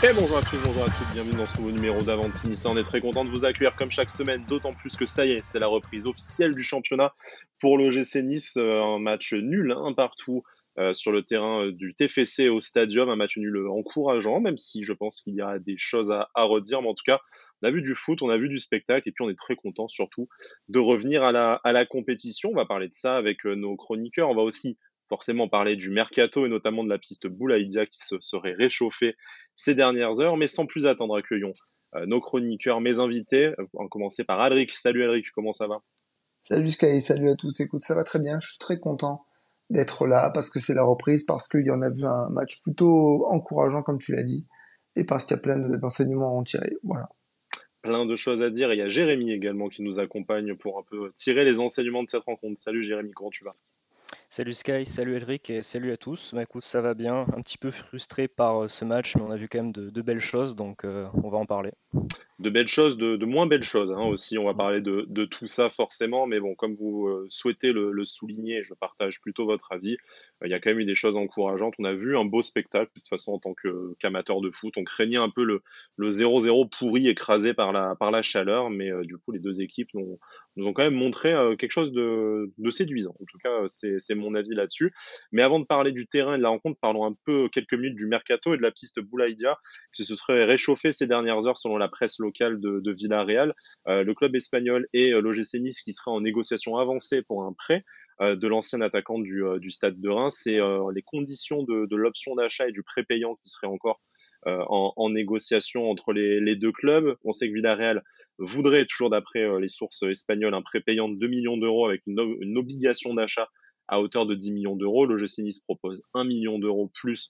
Et bonjour à tous, bonjour à toutes, bienvenue dans ce nouveau numéro d'Avanti. On est très content de vous accueillir comme chaque semaine, d'autant plus que ça y est, c'est la reprise officielle du championnat pour l'OGC Nice. Un match nul, un partout sur le terrain du TFC au Stadium, un match nul encourageant, même si je pense qu'il y a des choses à redire. Mais en tout cas, on a vu du foot, on a vu du spectacle, et puis on est très content surtout de revenir à la compétition. On va parler de ça avec nos chroniqueurs. On va aussi forcément parler du mercato et notamment de la piste Boulaïdia qui se serait réchauffée ces dernières heures. Mais sans plus attendre, accueillons nos chroniqueurs, mes invités. On va commencer par Alric. Salut Alric, comment ça va? Salut Sky, salut à tous. Écoute, ça va très bien. Je suis très content d'être là parce que c'est la reprise, parce qu'il y en a vu un match plutôt encourageant, comme tu l'as dit, et parce qu'il y a plein d'enseignements à en tirer. Voilà. Plein de choses à dire. Et il y a Jérémy également qui nous accompagne pour un peu tirer les enseignements de cette rencontre. Salut Jérémy, comment tu vas? Salut Sky, salut Elric et salut à tous. Bah écoute, ça va bien. Un petit peu frustré par ce match, mais on a vu quand même de belles choses, donc on va en parler. De belles choses, de moins belles choses hein, aussi. On va parler de tout ça forcément, mais bon, comme vous souhaitez le souligner, je partage plutôt votre avis. Il y a quand même eu des choses encourageantes. On a vu un beau spectacle. De toute façon, en tant qu'amateur de foot, on craignait un peu le 0-0 pourri écrasé par la chaleur, mais du coup, les deux équipes nous ont quand même montré quelque chose de séduisant. En tout cas, c'est mon avis là-dessus. Mais avant de parler du terrain et de la rencontre, parlons un peu quelques minutes du mercato et de la piste Boulaïdia qui se serait réchauffé ces dernières heures selon la presse locale de Villarreal. Le club espagnol et l'OGC Nice qui seraient en négociation avancée pour un prêt de l'ancien attaquant du Stade de Reims. C'est les conditions de l'option d'achat et du prêt payant qui seraient encore en négociation entre les deux clubs. On sait que Villarreal voudrait, toujours d'après les sources espagnoles, un prêt payant de 2 millions d'euros avec une obligation d'achat à hauteur de 10 millions d'euros. L'OGC Nice propose 1 million d'euros plus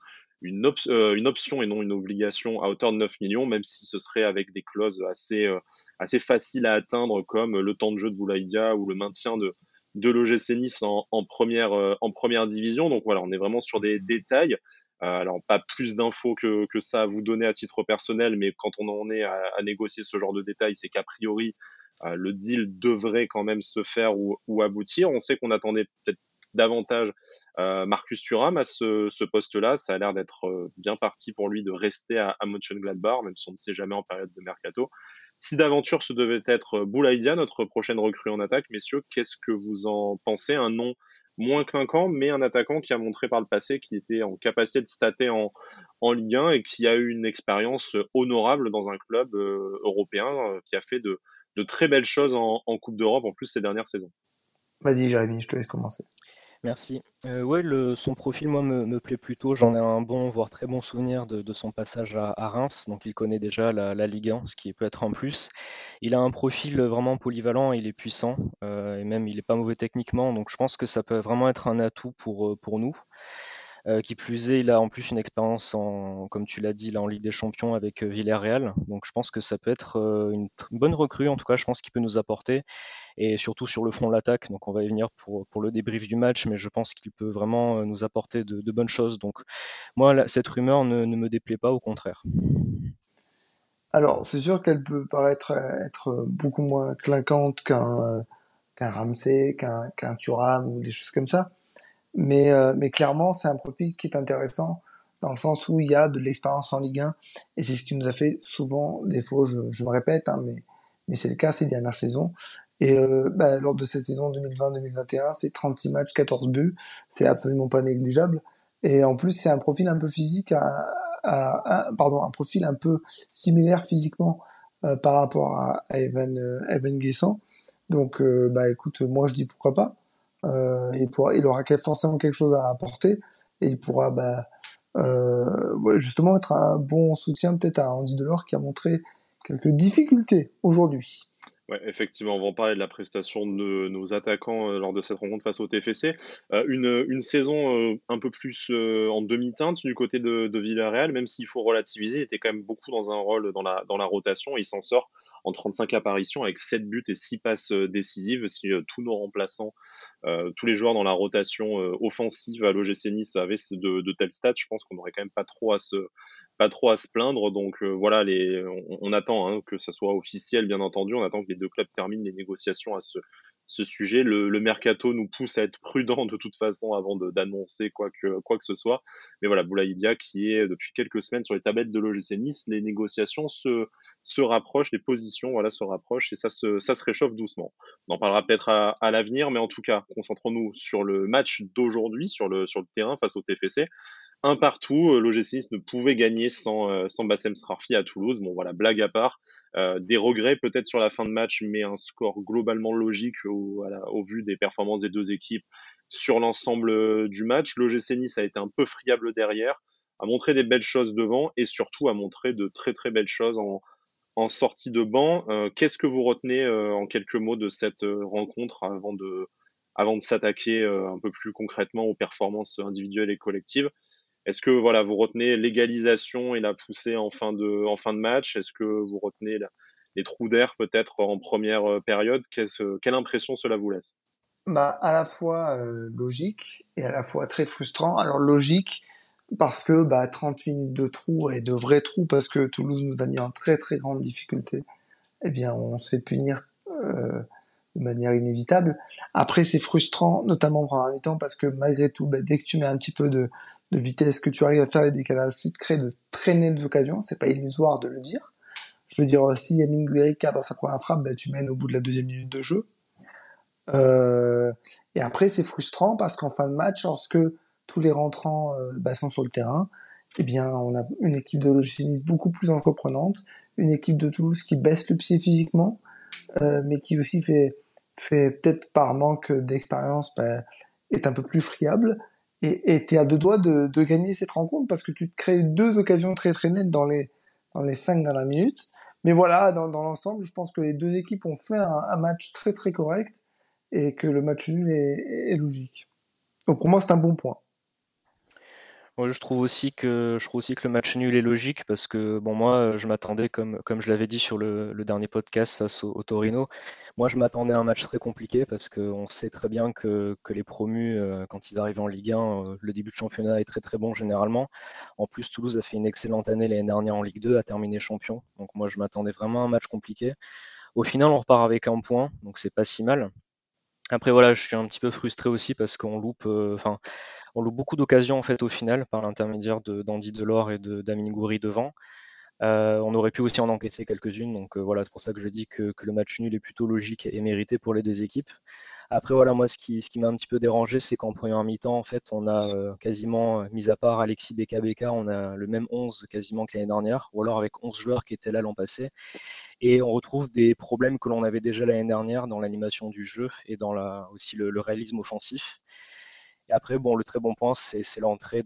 une option et non une obligation à hauteur de 9 millions, même si ce serait avec des clauses assez faciles à atteindre, comme le temps de jeu de Boulaïdia ou le maintien de l'OGC Nice en première division. Donc voilà, on est vraiment sur des détails. Alors, pas plus d'infos que ça à vous donner à titre personnel, mais quand on en est à négocier ce genre de détails, c'est qu'a priori, le deal devrait quand même se faire ou aboutir. On sait qu'on attendait peut-être davantage Marcus Thuram à ce poste-là. Ça a l'air d'être bien parti pour lui de rester à Mönchengladbach, même si on ne sait jamais en période de mercato. Si d'aventure ce devait être Boulaïdia, notre prochaine recrue en attaque, messieurs, qu'est-ce que vous en pensez? Un nom moins clinquant, mais un attaquant qui a montré par le passé qu'il était en capacité de stater en Ligue 1 et qui a eu une expérience honorable dans un club européen qui a fait de très belles choses en Coupe d'Europe en plus ces dernières saisons. Vas-y Jérémy, je te laisse commencer. Merci. Ouais, son profil, moi, me plaît plutôt. J'en ai un bon, voire très bon souvenir de son passage à Reims. Donc, il connaît déjà la Ligue 1, ce qui peut être un plus. Il a un profil vraiment polyvalent, il est puissant, et même il est pas mauvais techniquement. Donc, je pense que ça peut vraiment être un atout pour nous. Qui plus est, il a en plus une expérience comme tu l'as dit, là, en Ligue des Champions avec Villarreal. Donc, je pense que ça peut être une bonne recrue. En tout cas, je pense qu'il peut nous apporter et surtout sur le front de l'attaque. Donc on va y venir pour le débrief du match, mais je pense qu'il peut vraiment nous apporter de bonnes choses. Donc moi, cette rumeur ne me déplaît pas, au contraire. Alors, c'est sûr qu'elle peut paraître être beaucoup moins clinquante qu'un Ramsey, qu'un Thuram ou des choses comme ça. Mais clairement, c'est un profil qui est intéressant dans le sens où il y a de l'expérience en Ligue 1 et c'est ce qui nous a fait souvent défaut. Je me répète, hein, mais c'est le cas ces dernières saisons. Et lors de cette saison 2020-2021, c'est 36 matchs, 14 buts, c'est absolument pas négligeable. Et en plus, c'est un profil un peu physique, pardon, un profil un peu similaire physiquement par rapport à Evan Guessant. Donc, écoute, moi je dis pourquoi pas. Il aura forcément quelque chose à apporter et il pourra ouais, justement être un bon soutien peut-être à Andy Delors qui a montré quelques difficultés aujourd'hui. Ouais, effectivement, on va en parler de la prestation de nos attaquants lors de cette rencontre face au TFC. Une saison un peu plus en demi-teinte du côté de Villarreal, même s'il faut relativiser, il était quand même beaucoup dans un rôle dans la rotation. Et il s'en sort en 35 apparitions avec 7 buts et 6 passes décisives. Si tous nos remplaçants, tous les joueurs dans la rotation offensive à l'OGC Nice avaient de tels stats, je pense qu'on n'aurait quand même pas trop à se plaindre. Donc voilà, on attend que ça soit officiel, bien entendu. On attend que les deux clubs terminent les négociations ce sujet. Le mercato nous pousse à être prudents de toute façon avant d'annoncer quoi que ce soit. Mais voilà, Boulaye Dia qui est depuis quelques semaines sur les tablettes de l'OGC Nice, les négociations se rapprochent, les positions voilà, se rapprochent et ça se réchauffe doucement. On en parlera peut-être à l'avenir, mais en tout cas, concentrons-nous sur le match d'aujourd'hui, sur le terrain face au TFC. Un partout, l'OGC Nice ne pouvait gagner sans Bassem Srarfi à Toulouse. Bon voilà, blague à part. Des regrets peut-être sur la fin de match, mais un score globalement logique au vu des performances des deux équipes sur l'ensemble du match. L'OGC Nice a été un peu friable derrière, a montré des belles choses devant et surtout a montré de très très belles choses en sortie de banc. Qu'est-ce que vous retenez en quelques mots de cette rencontre avant de s'attaquer un peu plus concrètement aux performances individuelles et collectives? Est-ce que voilà, vous retenez l'égalisation et la poussée en fin de match? Est-ce que vous retenez les trous d'air peut-être en première période? Quelle impression cela vous laisse? Bah, à la fois logique et à la fois très frustrant. Alors logique parce que 30 minutes de trous et de vrais trous parce que Toulouse nous a mis en très très grande difficulté. Eh bien, on se fait punir de manière inévitable. Après, c'est frustrant, notamment en première mi-temps, parce que malgré tout, dès que tu mets un petit peu de vitesse, que tu arrives à faire les décalages, tu te crées de très nettes occasions. C'est pas illusoire de le dire. Je veux dire, si Yamin Gouiri cadre sa première frappe, tu mènes au bout de la deuxième minute de jeu. Euh, et après, c'est frustrant parce qu'en fin de match, lorsque tous les rentrants sont sur le terrain, eh bien, on a une équipe de l'OGC Nice beaucoup plus entreprenante, une équipe de Toulouse qui baisse le pied physiquement, mais qui aussi fait peut-être par manque d'expérience, est un peu plus friable. Et t'es à deux doigts de gagner cette rencontre parce que tu te crées deux occasions très très nettes dans les 5 dernières minutes. Mais voilà, dans l'ensemble, je pense que les deux équipes ont fait un match très très correct et que le match nul est logique. Donc pour moi, c'est un bon point. Moi, je trouve aussi que le match nul est logique parce que bon moi je m'attendais comme je l'avais dit sur le dernier podcast face au Torino, moi je m'attendais à un match très compliqué parce qu'on sait très bien que les promus quand ils arrivent en Ligue 1, le début de championnat est très très bon généralement. En plus Toulouse a fait une excellente année l'année dernière en Ligue 2, a terminé champion. Donc moi je m'attendais vraiment à un match compliqué. Au final on repart avec un point, donc c'est pas si mal. Après voilà, je suis un petit peu frustré aussi parce qu'on loupe, on loupe beaucoup d'occasions en fait au final par l'intermédiaire d'Andy Delors et de d'Amine Gouiri devant. On aurait pu aussi en encaisser quelques-unes, donc voilà, c'est pour ça que je dis que le match nul est plutôt logique et mérité pour les deux équipes. Après voilà, moi ce qui m'a un petit peu dérangé, c'est qu'en première mi-temps, en fait, on a quasiment, mis à part Alexis Beka, on a le même 11 quasiment que l'année dernière, ou alors avec 11 joueurs qui étaient là l'an passé. Et on retrouve des problèmes que l'on avait déjà l'année dernière dans l'animation du jeu et dans aussi le réalisme offensif. Et après, bon, le très bon point, c'est l'entrée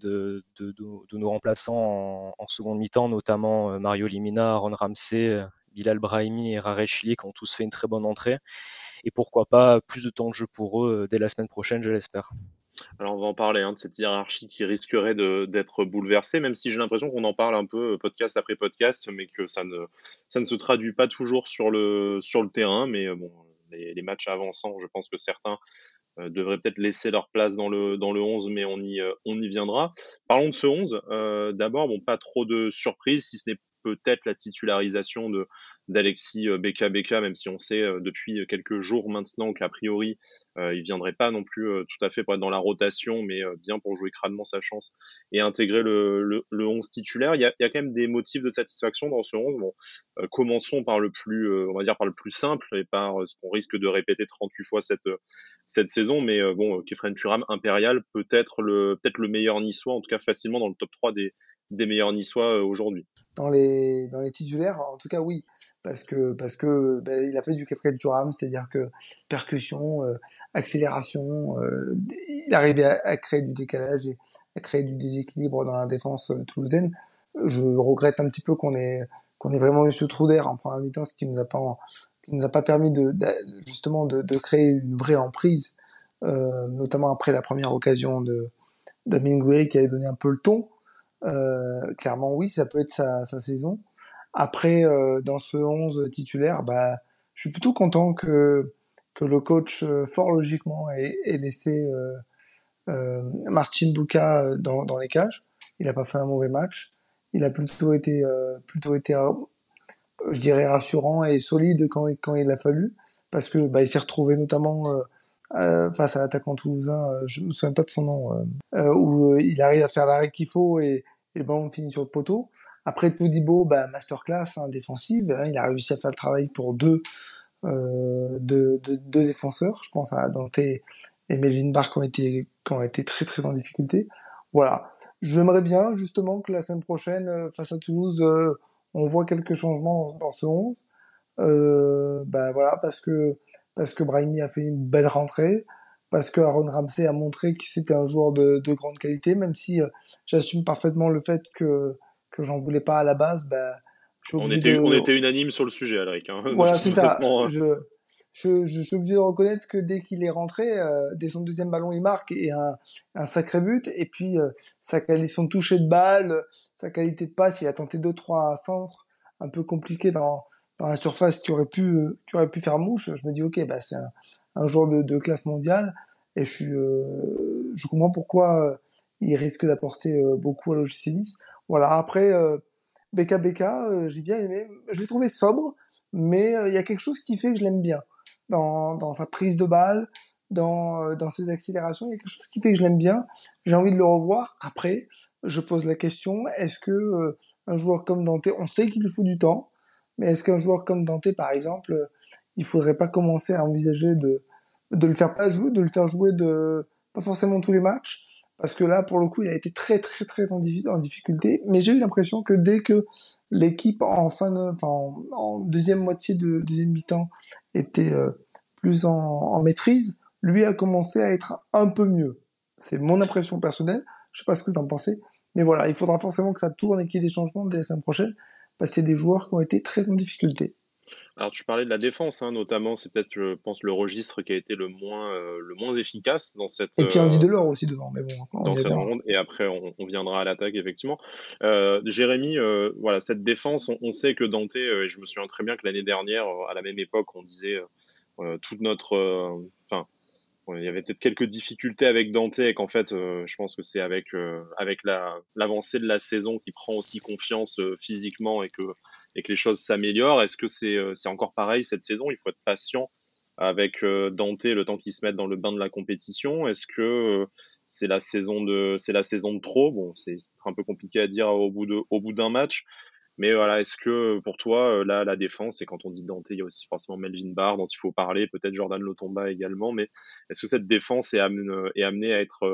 de nos remplaçants en seconde mi-temps, notamment Mario Limina, Aaron Ramsey, Bilal Brahimi et Rare Chili qui ont tous fait une très bonne entrée. Et pourquoi pas plus de temps de jeu pour eux dès la semaine prochaine, je l'espère. Alors on va en parler de cette hiérarchie qui risquerait d'être bouleversée, même si j'ai l'impression qu'on en parle un peu podcast après podcast, mais que ça ne se traduit pas toujours sur le terrain. Mais bon, les matchs avançant, je pense que certains devraient peut-être laisser leur place dans le 11, mais on y viendra. Parlons de ce 11. D'abord, bon, pas trop de surprises, si ce n'est peut-être la titularisation d'Alexis Beka, même si on sait depuis quelques jours maintenant qu'a priori, il viendrait pas non plus tout à fait pour être dans la rotation, mais bien pour jouer crânement sa chance et intégrer le 11 titulaire. Il y a quand même des motifs de satisfaction dans ce 11. Bon, commençons par on va dire par le plus simple et par ce qu'on risque de répéter 38 fois cette saison, mais bon, Kefren Turam, Impérial, peut-être le meilleur niçois, en tout cas facilement dans le top 3 des meilleurs niçois aujourd'hui. Dans les titulaires, en tout cas oui, parce que il a fait du Kefren Turam, c'est-à-dire que percussion, accélération, il arrivait à créer du décalage et à créer du déséquilibre dans la défense toulousaine. Je regrette un petit peu qu'on ait vraiment eu ce trou d'air en première mi-temps, ce qui nous a pas permis justement de créer une vraie emprise, notamment après la première occasion de d'Amin Gouiri qui avait donné un peu le ton. Clairement, oui, ça peut être sa saison. Après, dans ce 11 titulaire, je suis plutôt content que le coach, fort logiquement, ait laissé Marcin Buka dans les cages. Il n'a pas fait un mauvais match. Il a plutôt été je dirais rassurant et solide quand il a fallu, parce que bah, il s'est retrouvé notamment face à l'attaquant toulousain, je me souviens pas de son nom, où il arrive à faire l'arrêt qu'il faut et le ballon finit sur le poteau. Après Todibo, bah, masterclass hein, défensive, hein, il a réussi à faire le travail pour deux défenseurs, je pense à Dante et Melvin Barr qui ont été très très en difficulté. Voilà. J'aimerais bien justement que la semaine prochaine, face à Toulouse, on voit quelques changements dans ce 11. Bah voilà, parce que Brahimi a fait une belle rentrée, parce que Aaron Ramsey a montré que c'était un joueur de grande qualité, même si j'assume parfaitement le fait que j'en voulais pas à la base, bah, je suis obligé On de, était unanime sur le sujet, Alric, hein, de voilà, toute c'est ça. façon. Je suis obligé de reconnaître que dès qu'il est rentré, dès son deuxième ballon, il marque et un sacré but. Et puis son toucher de balle, sa qualité de passe, il a tenté deux trois centres un peu compliqués dans la surface qui aurait pu faire mouche. Je me dis ok, bah c'est un joueur de classe mondiale et je comprends pourquoi il risque d'apporter beaucoup à l'OGC Nice. Voilà. Après BK, j'ai bien aimé. Je l'ai trouvé sobre mais il y a quelque chose qui fait que je l'aime bien. Dans sa prise de balle, dans ses accélérations, il y a quelque chose qui fait que je l'aime bien. J'ai envie de le revoir. Après, je pose la question, est-ce que un joueur comme Dante, on sait qu'il lui faut du temps, mais est-ce qu'un joueur comme Dante, par exemple, il faudrait pas commencer à envisager de le faire pas jouer, de le faire jouer pas forcément tous les matchs, parce que là, pour le coup, il a été très, très, très en difficulté, mais j'ai eu l'impression que dès que l'équipe en deuxième moitié de deuxième mi-temps était plus en maîtrise, lui a commencé à être un peu mieux. C'est mon impression personnelle. Je sais pas ce que vous en pensez, mais voilà, il faudra forcément que ça tourne et qu'il y ait des changements dès la semaine prochaine parce qu'il y a des joueurs qui ont été très en difficulté. Alors, tu parlais de la défense, hein, notamment, c'est peut-être, je pense, le registre qui a été le moins efficace Et puis Andy Delors aussi devant, mais bon, on dans y cette reviendra. rencontre. Et après, on viendra à l'attaque, effectivement. Jérémy, voilà, cette défense, on sait que Dante, et je me souviens très bien que l'année dernière, à la même époque, on disait toute notre. Enfin, il y avait peut-être quelques difficultés avec Dante et qu'en fait, je pense que c'est avec l'avancée de la saison qui prend aussi confiance physiquement et que les choses s'améliorent. Est-ce que c'est encore pareil cette saison? Il faut être patient avec Dante le temps qu'il se mette dans le bain de la compétition. Est-ce que c'est la saison de trop? Bon, c'est un peu compliqué à dire au bout d'un match, mais voilà, est-ce que pour toi, là, la défense, et quand on dit Dante, il y a aussi forcément Melvin Barr dont il faut parler, peut-être Jordan Lotomba également, mais est-ce que cette défense est amenée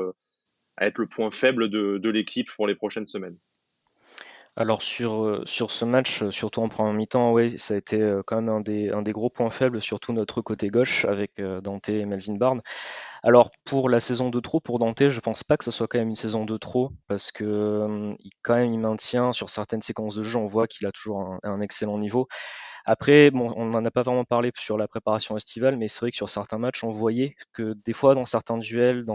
à être le point faible de l'équipe pour les prochaines semaines? Alors sur ce match, surtout en première mi-temps, oui, ça a été quand même un des gros points faibles, surtout notre côté gauche avec Dante et Melvin Barnes. Alors pour la saison de trop, pour Dante, je pense pas que ce soit quand même une saison de trop, parce que quand même il maintient sur certaines séquences de jeu, on voit qu'il a toujours un excellent niveau. Après, bon, on n'en a pas vraiment parlé sur la préparation estivale, mais c'est vrai que sur certains matchs, on voyait que des fois dans certains duels,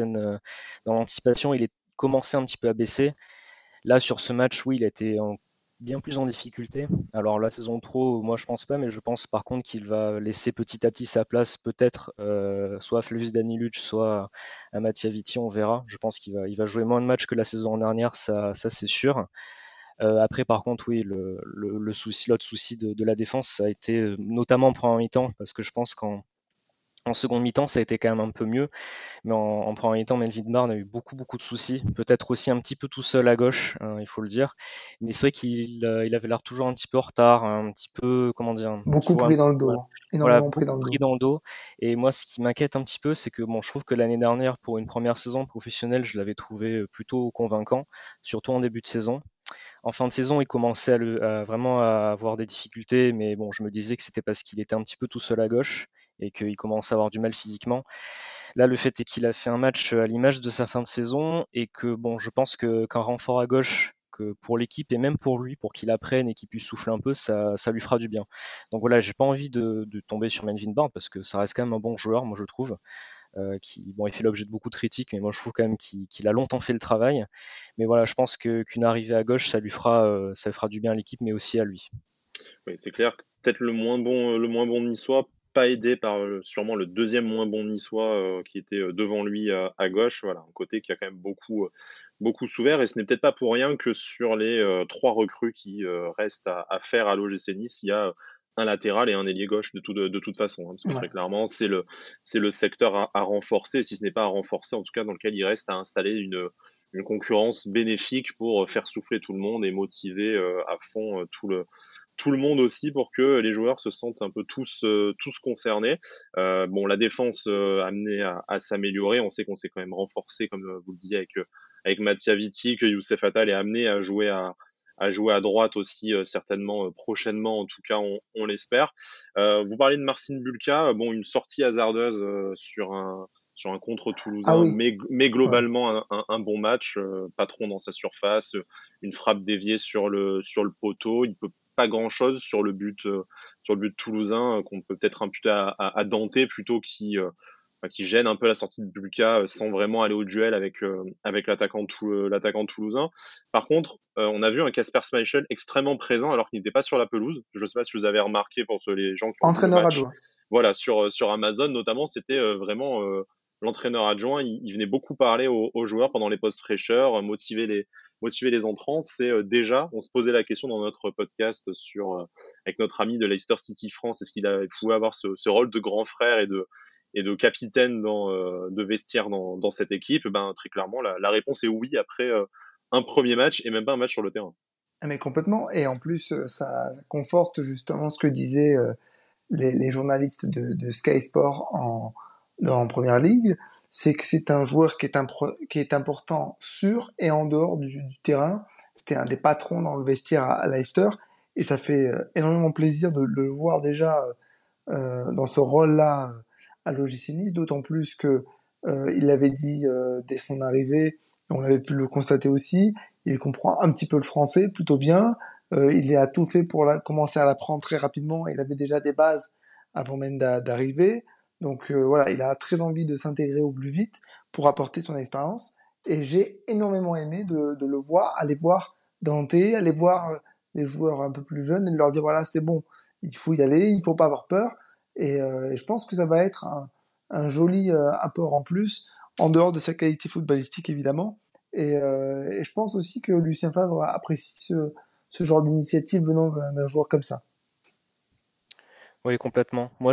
dans l'anticipation, il est commencé un petit peu à baisser. Là, sur ce match, oui, il a été bien plus en difficulté. Alors, la saison pro, moi, je pense pas, mais je pense par contre qu'il va laisser petit à petit sa place, peut-être, soit à Flavius Daniluc, soit à Mattia Vitti, on verra. Je pense il va jouer moins de matchs que la saison dernière, ça c'est sûr. Après, par contre, oui, l'autre souci de la défense, ça a été notamment en première mi-temps, parce que je pense qu'en seconde mi-temps, ça a été quand même un peu mieux. Mais en première mi-temps, Melvin Barnes a eu beaucoup de soucis. Peut-être aussi un petit peu tout seul à gauche, il faut le dire. Mais c'est vrai il avait l'air toujours un petit peu en retard, un petit peu, comment dire, Beaucoup toujours un pris petit dans le peu mal. dos, hein. Voilà, Énormément pris dans beaucoup le pris dos. dans le dos. Et moi, ce qui m'inquiète un petit peu, c'est que bon, je trouve que l'année dernière, pour une première saison professionnelle, je l'avais trouvé plutôt convaincant, surtout en début de saison. En fin de saison, il commençait à vraiment à avoir des difficultés, mais bon, je me disais que c'était parce qu'il était un petit peu tout seul à gauche et qu'il commençait à avoir du mal physiquement. Là, le fait est qu'il a fait un match à l'image de sa fin de saison et que bon, je pense que qu'un renfort à gauche, que pour l'équipe et même pour lui, pour qu'il apprenne et qu'il puisse souffler un peu, ça lui fera du bien. Donc voilà, j'ai pas envie de tomber sur Melvin Barnes parce que ça reste quand même un bon joueur, moi je trouve, qui bon, il fait l'objet de beaucoup de critiques, mais moi je trouve quand même qu'il a longtemps fait le travail. Mais voilà, je pense qu'une arrivée à gauche, ça fera du bien à l'équipe, mais aussi à lui. Oui, c'est clair que peut-être le moins bon niçois pas aidé par sûrement le deuxième moins bon niçois qui était devant lui à gauche. Voilà, un côté qui a quand même beaucoup souffert. Et ce n'est peut-être pas pour rien que sur les trois recrues qui restent à faire à l'OGC Nice, il y a un latéral et un ailier gauche de toute façon. Parce que Ouais. très clairement, c'est le secteur à renforcer, si ce n'est pas à renforcer, en tout cas dans lequel il reste à installer une concurrence bénéfique pour faire souffler tout le monde et motiver à fond tout le monde aussi pour que les joueurs se sentent un peu tous concernés. Bon, la défense amenée à s'améliorer. On sait qu'on s'est quand même renforcé, comme vous le disiez, avec Mathia Vitti, que Youssef Attal est amené à jouer à droite aussi, certainement prochainement, en tout cas, on l'espère. Vous parlez de Marcin Bulka, bon, une sortie hasardeuse sur un contre Ah toulousain, oui, mais ouais. globalement un bon match, patron dans sa surface, une frappe déviée sur le poteau. Il peut pas grand chose sur le but toulousain qu'on peut peut-être imputer à Dante plutôt qui gêne un peu la sortie de Bulka sans vraiment aller au duel avec l'attaquant toulousain. Par contre, on a vu un Kasper Schmeichel extrêmement présent alors qu'il n'était pas sur la pelouse. Je ne sais pas si vous avez remarqué pour les gens qui ont vu le Entraîneur match. adjoint. Voilà, sur Amazon notamment, c'était vraiment l'entraîneur adjoint. Il venait beaucoup parler aux joueurs pendant les postes fraîcheurs, motiver les entrants. C'est déjà, on se posait la question dans notre podcast avec notre ami de Leicester City France, est-ce qu'il pouvait avoir ce rôle de grand frère et de capitaine de vestiaire dans cette équipe? Ben, très clairement, la réponse est oui après un premier match et même pas un match sur le terrain. Ah, mais complètement. Et en plus, ça conforte justement ce que disaient les journalistes de Sky Sport en première ligue, c'est que c'est un joueur qui est important sur et en dehors du terrain. C'était un des patrons dans le vestiaire à Leicester. Et ça fait énormément plaisir de le voir déjà dans ce rôle-là à l'OGC Nice, d'autant plus que il l'avait dit dès son arrivée, on avait pu le constater aussi, il comprend un petit peu le français plutôt bien, il a tout fait pour commencer à l'apprendre très rapidement, il avait déjà des bases avant même d'arriver, donc voilà, il a très envie de s'intégrer au plus vite pour apporter son expérience, et j'ai énormément aimé de le voir, aller voir Dante, aller voir les joueurs un peu plus jeunes et de leur dire voilà c'est bon, il faut y aller, il faut pas avoir peur. Et je pense que ça va être un joli apport en plus, en dehors de sa qualité footballistique évidemment. Et je pense aussi que Lucien Favre apprécie ce genre d'initiative venant d'un joueur comme ça. Oui, complètement. Moi,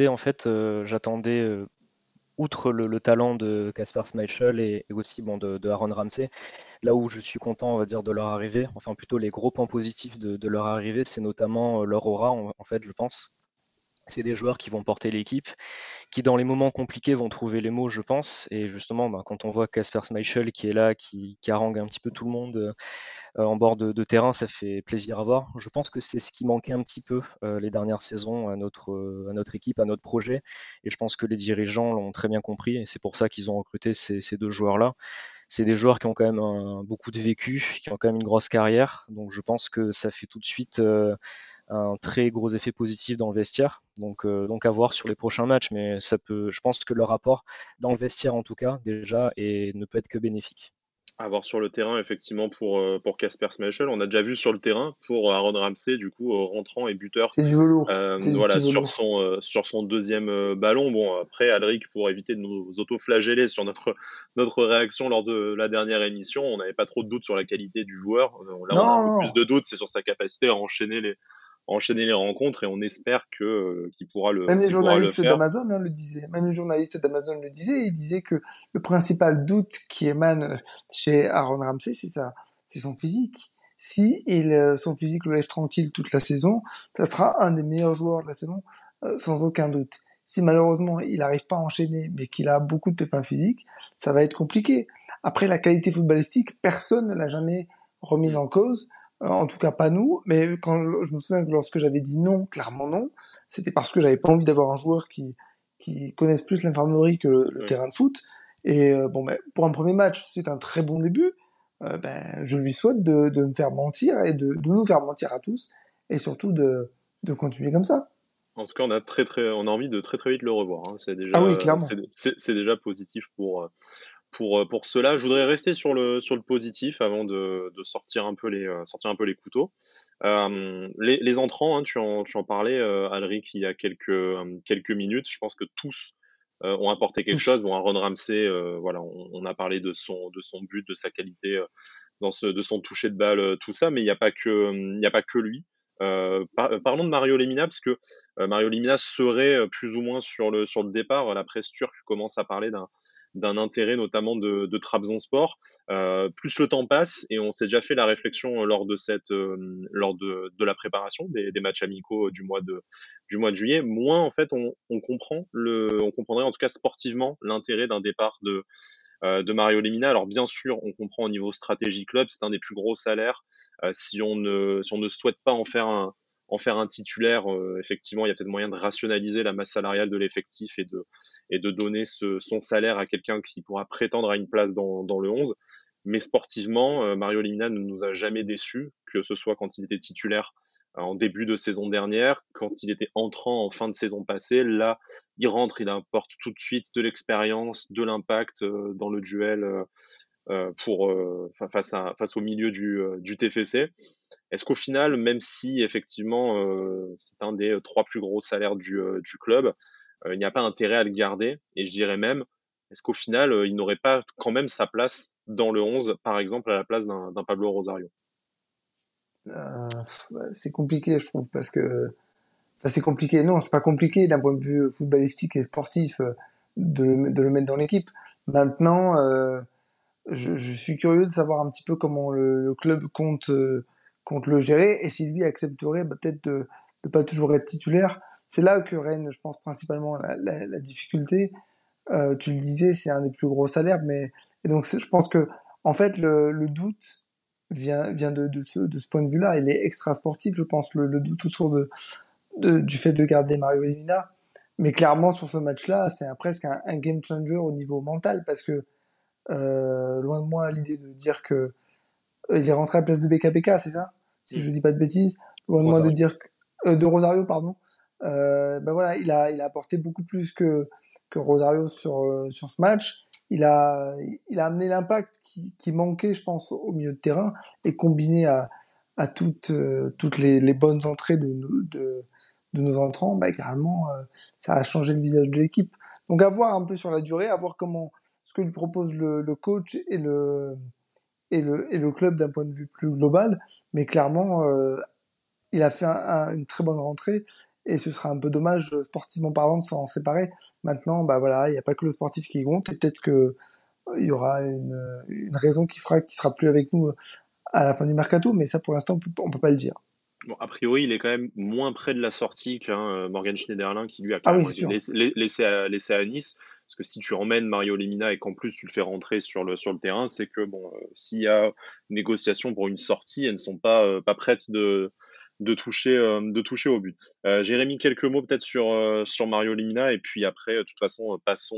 j'attendais, outre le talent de Kasper Schmeichel et aussi bon, de Aaron Ramsey, là où je suis content, on va dire, de leur arrivée, enfin plutôt les gros points positifs de leur arrivée, c'est notamment leur aura, en fait, je pense. C'est des joueurs qui vont porter l'équipe, qui dans les moments compliqués vont trouver les mots, je pense. Et justement, ben, quand on voit Kasper Schmeichel qui est là, qui harangue un petit peu tout le monde en bord de terrain, ça fait plaisir à voir. Je pense que c'est ce qui manquait un petit peu les dernières saisons à notre équipe, à notre projet. Et je pense que les dirigeants l'ont très bien compris. Et c'est pour ça qu'ils ont recruté ces deux joueurs-là. C'est des joueurs qui ont quand même beaucoup de vécu, qui ont quand même une grosse carrière. Donc je pense que ça fait tout de suite un très gros effet positif dans le vestiaire. Donc à voir sur les prochains matchs, mais je pense que le rapport dans le vestiaire en tout cas déjà ne peut être que bénéfique. À voir sur le terrain, effectivement, pour Kasper Schmeichel. On a déjà vu sur le terrain pour Aaron Ramsey, du coup, rentrant et buteur. C'est du velours, c'est du petit Voilà, sur velours. son deuxième ballon. Bon, après, Alric, pour éviter de nous auto-flageller sur notre réaction lors de la dernière émission, on n'avait pas trop de doutes sur la qualité du joueur. Là, on a un Non, peu non, plus de doutes, c'est sur sa capacité à enchaîner les rencontres et on espère qu'il pourra même les qu'il pourra le journalistes faire. d'Amazon le disaient. Même les journalistes d'Amazon le disaient. Ils disaient que le principal doute qui émane chez Aaron Ramsey, c'est son physique. Si son physique le laisse tranquille toute la saison, ça sera un des meilleurs joueurs de la saison, sans aucun doute. Si malheureusement il n'arrive pas à enchaîner, mais qu'il a beaucoup de pépins physiques, ça va être compliqué. Après, la qualité footballistique, personne ne l'a jamais remise en cause. En tout cas, pas nous. Mais quand je me souviens que lorsque j'avais dit non, clairement non, c'était parce que j'avais pas envie d'avoir un joueur qui connaisse plus l'infirmerie que le Oui. terrain de foot. Et bon, ben, pour un premier match, c'est un très bon début. Ben, je lui souhaite de me faire mentir et de nous faire mentir à tous, et surtout de continuer comme ça. En tout cas, on a envie de très très vite le revoir, hein. C'est Ah oui, déjà, clairement. c'est déjà positif pour cela. Je voudrais rester sur le positif avant de sortir un peu les couteaux. Les entrants, hein, tu en parlais, Alric, il y a quelques minutes. Je pense que tous ont apporté quelque chose. Tous. Bon, Aaron Ramsey, voilà, on a parlé de son but, de sa qualité de son toucher de balle, tout ça, mais il n'y a pas que lui. Parlons de Mario Lemina, parce que Mario Lemina serait plus ou moins sur le départ. La presse turque commence à parler d'un intérêt notamment de Trabzonspor. Plus le temps passe et on s'est déjà fait la réflexion lors de la préparation des matchs amicaux du mois de juillet. Moins en fait on comprendrait en tout cas sportivement l'intérêt d'un départ de Mario Lemina. Alors bien sûr, on comprend au niveau stratégie club, c'est un des plus gros salaires. Si on ne souhaite pas en faire un titulaire, effectivement, il y a peut-être moyen de rationaliser la masse salariale de l'effectif et de donner son salaire à quelqu'un qui pourra prétendre à une place dans le 11. Mais sportivement, Mario Lemina ne nous a jamais déçus, que ce soit quand il était titulaire en début de saison dernière, quand il était entrant en fin de saison passée. Là, il rentre, il apporte tout de suite de l'expérience, de l'impact dans le duel face au milieu du TFC. Est-ce qu'au final, même si effectivement c'est un des trois plus gros salaires du club, il n'y a pas intérêt à le garder? Et je dirais même, est-ce qu'au final, il n'aurait pas quand même sa place dans le 11, par exemple, à la place d'un Pablo Rosario? C'est compliqué, je trouve, parce que enfin, c'est compliqué. Non, c'est pas compliqué d'un point de vue footballistique et sportif de le mettre dans l'équipe. Maintenant, je suis curieux de savoir un petit peu comment le club compte le gérer et si lui accepterait peut-être de pas toujours être titulaire. C'est là que règne, je pense, principalement la difficulté. Tu le disais, c'est un des plus gros salaires, mais et donc je pense que en fait le doute vient de ce point de vue-là. Il est extra sportif, je pense, le doute autour du fait de garder Mario Lemina. Mais clairement, sur ce match-là, c'est presque un game changer au niveau mental parce que loin de moi l'idée de dire que il est rentré à la place de BKBK, c'est ça? Si Hmm. je dis pas de bêtises. Loin de moi de Rosario. dire de Rosario, pardon. Ben voilà, il a apporté beaucoup plus que Rosario sur ce match. Il a amené l'impact qui manquait, je pense, au milieu de terrain et combiné à toutes les bonnes entrées de nos entrants, bah, carrément, ça a changé le visage de l'équipe. Donc à voir un peu sur la durée, à voir comment ce que lui propose le coach et le club d'un point de vue plus global. Mais clairement, il a fait une très bonne rentrée et ce sera un peu dommage, sportivement parlant, de s'en séparer. Maintenant, bah voilà, il n'y a pas que le sportif qui compte et peut-être que il y aura une raison qui fera qu'il sera plus avec nous à la fin du mercato, mais ça pour l'instant on peut pas le dire. Bon, a priori, il est quand même moins près de la sortie qu'un Morgan Schneiderlin qui lui a Ah oui, carrément c'est été sûr. laissé à Nice. Parce que si tu emmènes Mario Lemina et qu'en plus tu le fais rentrer sur le terrain, c'est que bon, s'il y a négociation pour une sortie, elles ne sont pas prêtes de toucher au but. Jérémy, quelques mots peut-être sur Mario Lemina et puis après, de toute façon, passons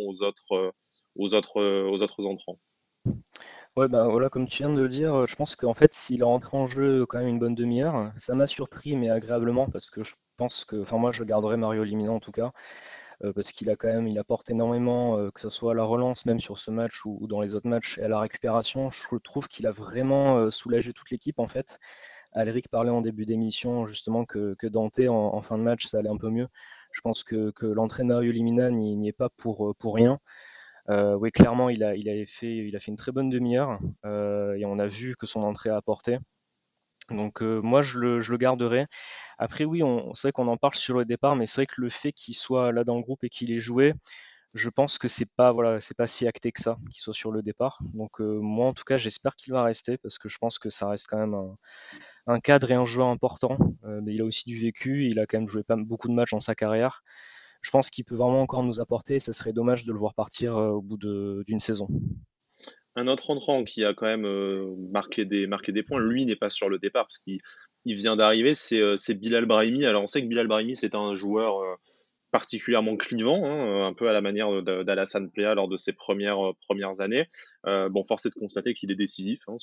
aux autres entrants. Ouais, bah voilà, comme tu viens de le dire, je pense qu'en fait, s'il est rentré en jeu quand même une bonne demi-heure, ça m'a surpris, mais agréablement, parce que je pense que, enfin moi, je garderai Mario Limina en tout cas, parce qu'il a quand même, il apporte énormément, que ce soit à la relance, même sur ce match ou dans les autres matchs, et à la récupération. Je trouve qu'il a vraiment soulagé toute l'équipe en fait. Alric parlait en début d'émission justement que Dante en fin de match, ça allait un peu mieux. Je pense que l'entrée de Mario Limina n'y est pas pour rien. Oui, clairement, il a fait une très bonne demi-heure et on a vu que son entrée a apporté. Donc moi, je le garderai. Après, oui, c'est vrai qu'on en parle sur le départ, mais c'est vrai que le fait qu'il soit là dans le groupe et qu'il ait joué, je pense que c'est pas, voilà, c'est pas si acté que ça qu'il soit sur le départ. Donc moi, en tout cas, j'espère qu'il va rester parce que je pense que ça reste quand même un cadre et un joueur important. Mais il a aussi du vécu, il a quand même joué pas beaucoup de matchs dans sa carrière. Je pense qu'il peut vraiment encore nous apporter et ça serait dommage de le voir partir au bout d'une saison. Un autre entrant qui a quand même marqué des points, lui n'est pas sur le départ parce qu'il vient d'arriver, c'est Bilal Brahimi. Alors on sait que Bilal Brahimi c'est un joueur particulièrement clivant, hein, un peu à la manière d'Alassane Plea lors de ses premières années. Bon, force est de constater qu'il est décisif hein,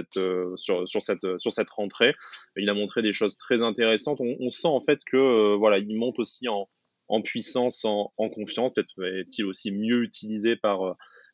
sur cette rentrée. Il a montré des choses très intéressantes. On sent en fait que voilà, il monte aussi en puissance, en confiance. Peut-être est-il aussi mieux utilisé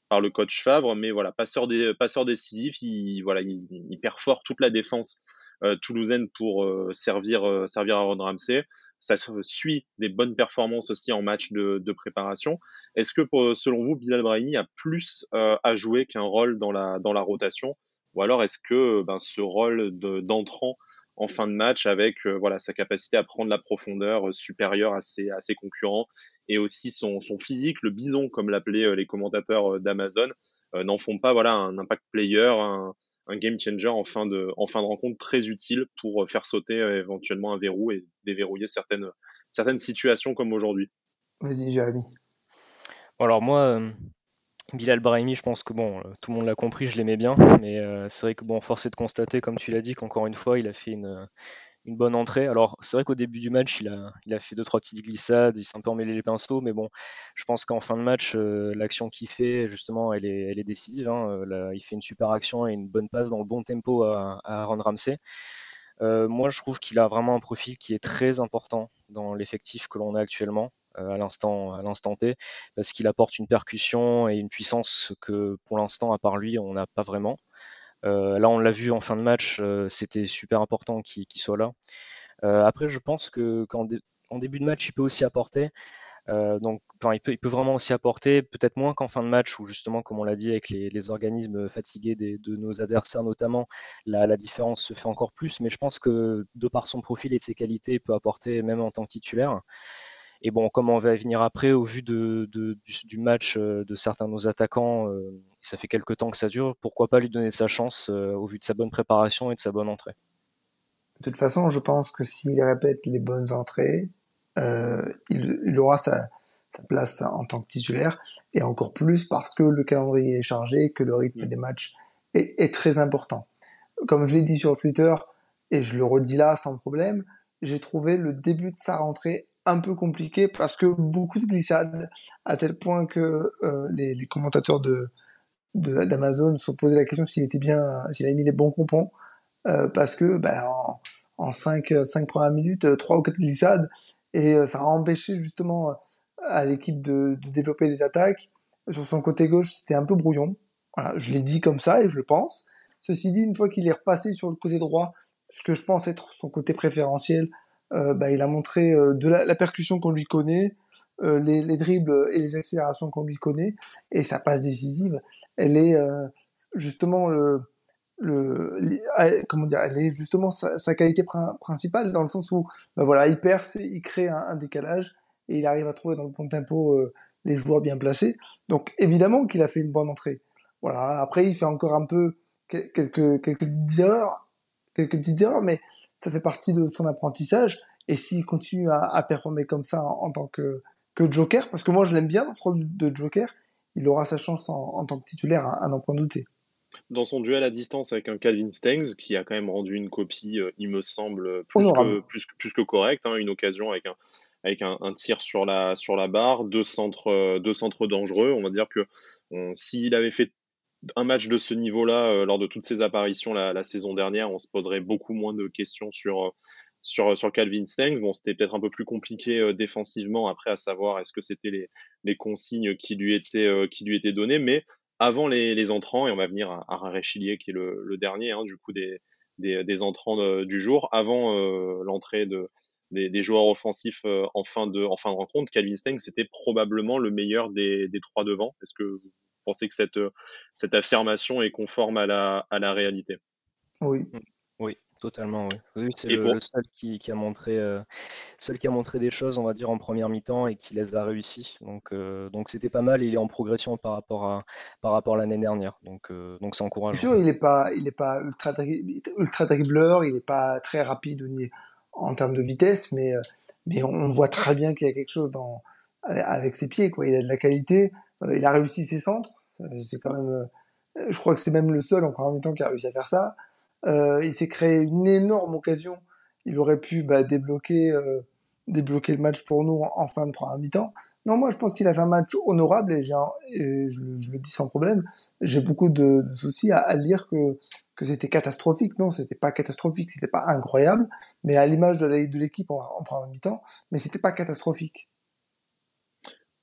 par le coach Favre, mais voilà, passeur décisif, il perfore toute la défense toulousaine pour servir Aaron Ramsey. Ça suit des bonnes performances aussi en match de préparation. Est-ce que selon vous, Bilal Brahimi a plus à jouer qu'un rôle dans la rotation, ou alors est-ce que ce rôle d'entrant en fin de match avec voilà, sa capacité à prendre la profondeur supérieure à ses concurrents et aussi son physique, le bison, comme l'appelaient les commentateurs d'Amazon, n'en font pas voilà, un impact player, un game changer en fin de rencontre très utile pour faire sauter éventuellement un verrou et déverrouiller certaines situations comme aujourd'hui. Vas-y, Jérémy. Bon, alors moi, Bilal Brahimi, je pense que bon, tout le monde l'a compris, je l'aimais bien, mais c'est vrai que bon, force est de constater, comme tu l'as dit, qu'encore une fois, il a fait une bonne entrée. Alors, c'est vrai qu'au début du match, il a fait deux, trois petites glissades, il s'est un peu emmêlé les pinceaux, mais bon, je pense qu'en fin de match, l'action qu'il fait, justement, elle est décisive, hein. Il fait une super action et une bonne passe dans le bon tempo à Aaron Ramsey. Moi, je trouve qu'il a vraiment un profil qui est très important dans l'effectif que l'on a actuellement, à l'instant T, parce qu'il apporte une percussion et une puissance que, pour l'instant, à part lui, on n'a pas vraiment. Là, on l'a vu en fin de match, c'était super important qu'il soit là. Après, je pense qu'en début de match, il peut aussi apporter. Donc, enfin, il peut vraiment aussi apporter, peut-être moins qu'en fin de match, où justement, comme on l'a dit, avec les organismes fatigués de nos adversaires notamment, la différence se fait encore plus. Mais je pense que de par son profil et de ses qualités, il peut apporter même en tant que titulaire. Et bon, comme on va venir après, au vu du match de certains de nos attaquants, ça fait quelques temps que ça dure, pourquoi pas lui donner sa chance au vu de sa bonne préparation et de sa bonne entrée. De toute façon, je pense que s'il répète les bonnes entrées, il aura sa place en tant que titulaire, et encore plus parce que le calendrier est chargé, que le rythme Mm. des matchs est très important. Comme je l'ai dit sur Twitter, et je le redis là sans problème, j'ai trouvé le début de sa rentrée un peu compliqué parce que beaucoup de glissades, à tel point que les commentateurs d'Amazon se sont posé la question s'il avait mis les bons crampons, parce que en 5 premières minutes, 3 ou 4 glissades, et ça a empêché justement à l'équipe de développer des attaques. Sur son côté gauche, c'était un peu brouillon. Voilà, je l'ai dit comme ça et je le pense. Ceci dit, une fois qu'il est repassé sur le côté droit, ce que je pense être son côté préférentiel, il a montré de la percussion qu'on lui connaît, les dribbles et les accélérations qu'on lui connaît, et sa passe décisive, elle est justement comment dire, elle est justement sa qualité principale, dans le sens où voilà, il perce, il crée un décalage et il arrive à trouver dans le bon tempo les joueurs bien placés. Donc évidemment qu'il a fait une bonne entrée. Voilà, après il fait encore un peu quelques petites erreurs, mais ça fait partie de son apprentissage. Et s'il continue à performer comme ça en tant que Joker, parce que moi je l'aime bien dans ce rôle de Joker, il aura sa chance en tant que titulaire, à n'en point douter. Dans son duel à distance avec un Calvin Stengs, qui a quand même rendu une copie, il me semble, Honorable. plus que correcte, hein, une occasion avec un tir sur la barre, deux centres dangereux. On va dire que s'il avait fait un match de ce niveau-là lors de toutes ses apparitions la saison dernière, on se poserait beaucoup moins de questions sur Calvin Stengs. Bon, c'était peut-être un peu plus compliqué défensivement après, à savoir est-ce que c'était les consignes qui lui étaient données, mais avant les entrants, et on va venir à Rare Chilier qui est le dernier du coup des entrants du jour, avant l'entrée des joueurs offensifs en fin de rencontre, Calvin Stengs c'était probablement le meilleur des trois devant. Est-ce que vous pensez que cette affirmation est conforme à la réalité? Oui. Mm. Oui, totalement, oui. Oui, c'est Et le pour, seul qui a montré des choses, on va dire, en première mi-temps et qui les a réussi. Donc c'était pas mal. Il est en progression par rapport à l'année dernière. Donc c'est C'est encourageant. sûr, il est pas ultra dribbleur, il est pas très rapide en termes de vitesse, mais on voit très bien qu'il y a quelque chose avec ses pieds, quoi. Il a de la qualité, il a réussi ses centres, c'est quand même, je crois que c'est même le seul en première mi-temps qui a réussi à faire ça. Il s'est créé une énorme occasion. Il aurait pu débloquer le match pour nous en fin de première mi-temps. Non, moi je pense qu'il a fait un match honorable et je le dis sans problème. J'ai beaucoup de soucis à lire que c'était catastrophique. Non, c'était pas catastrophique, c'était pas incroyable, mais à l'image de l'équipe en première mi-temps, mais c'était pas catastrophique.